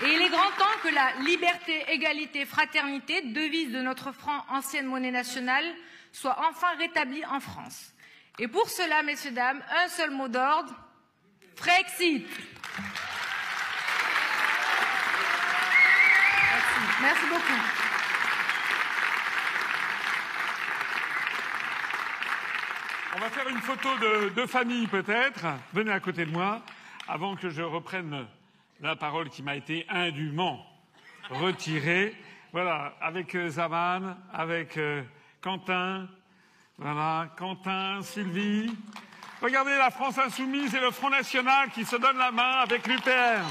Et il est grand temps que la liberté, égalité, fraternité, devise de notre franc, ancienne monnaie nationale, soit enfin rétablie en France. Et pour cela, messieurs, dames, un seul mot d'ordre, Frexit. Merci beaucoup. On va faire une photo de famille peut-être. Venez à côté de moi, avant que je reprenne la parole qui m'a été indûment retirée. Voilà, avec Zaman, avec Quentin. Voilà, Quentin, Sylvie. Regardez la France Insoumise et le Front National qui se donnent la main avec l'UPR.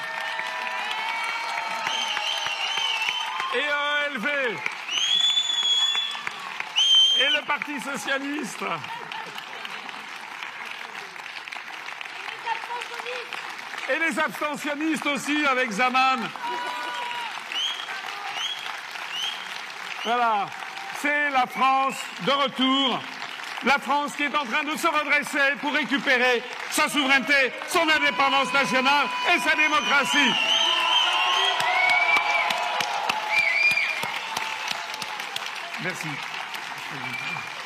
Et ELV. Et le Parti Socialiste. Et les abstentionnistes aussi avec Zaman. Voilà, c'est la France de retour. La France qui est en train de se redresser pour récupérer sa souveraineté, son indépendance nationale et sa démocratie. Merci.